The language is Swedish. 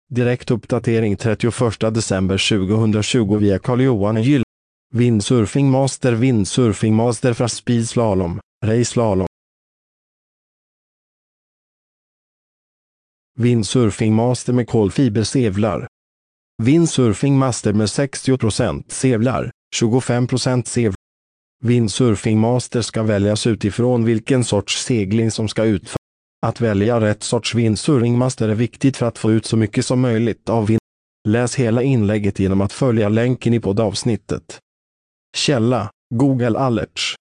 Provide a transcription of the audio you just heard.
Direkt uppdatering 31 december 2020 via Carl-Johan Gyll. Windsurfing Master för speed slalom, race slalom. Windsurfing Master med kolfibersevlar. Windsurfing Master med 60% sevlar, 25% sev. Windsurfing Master ska väljas utifrån vilken sorts segling som ska utföras. Att välja rätt sorts Windsurfing Master är viktigt för att få ut så mycket som möjligt av vind. Läs hela inlägget genom att följa länken i poddavsnittet. Källa: Google Alerts.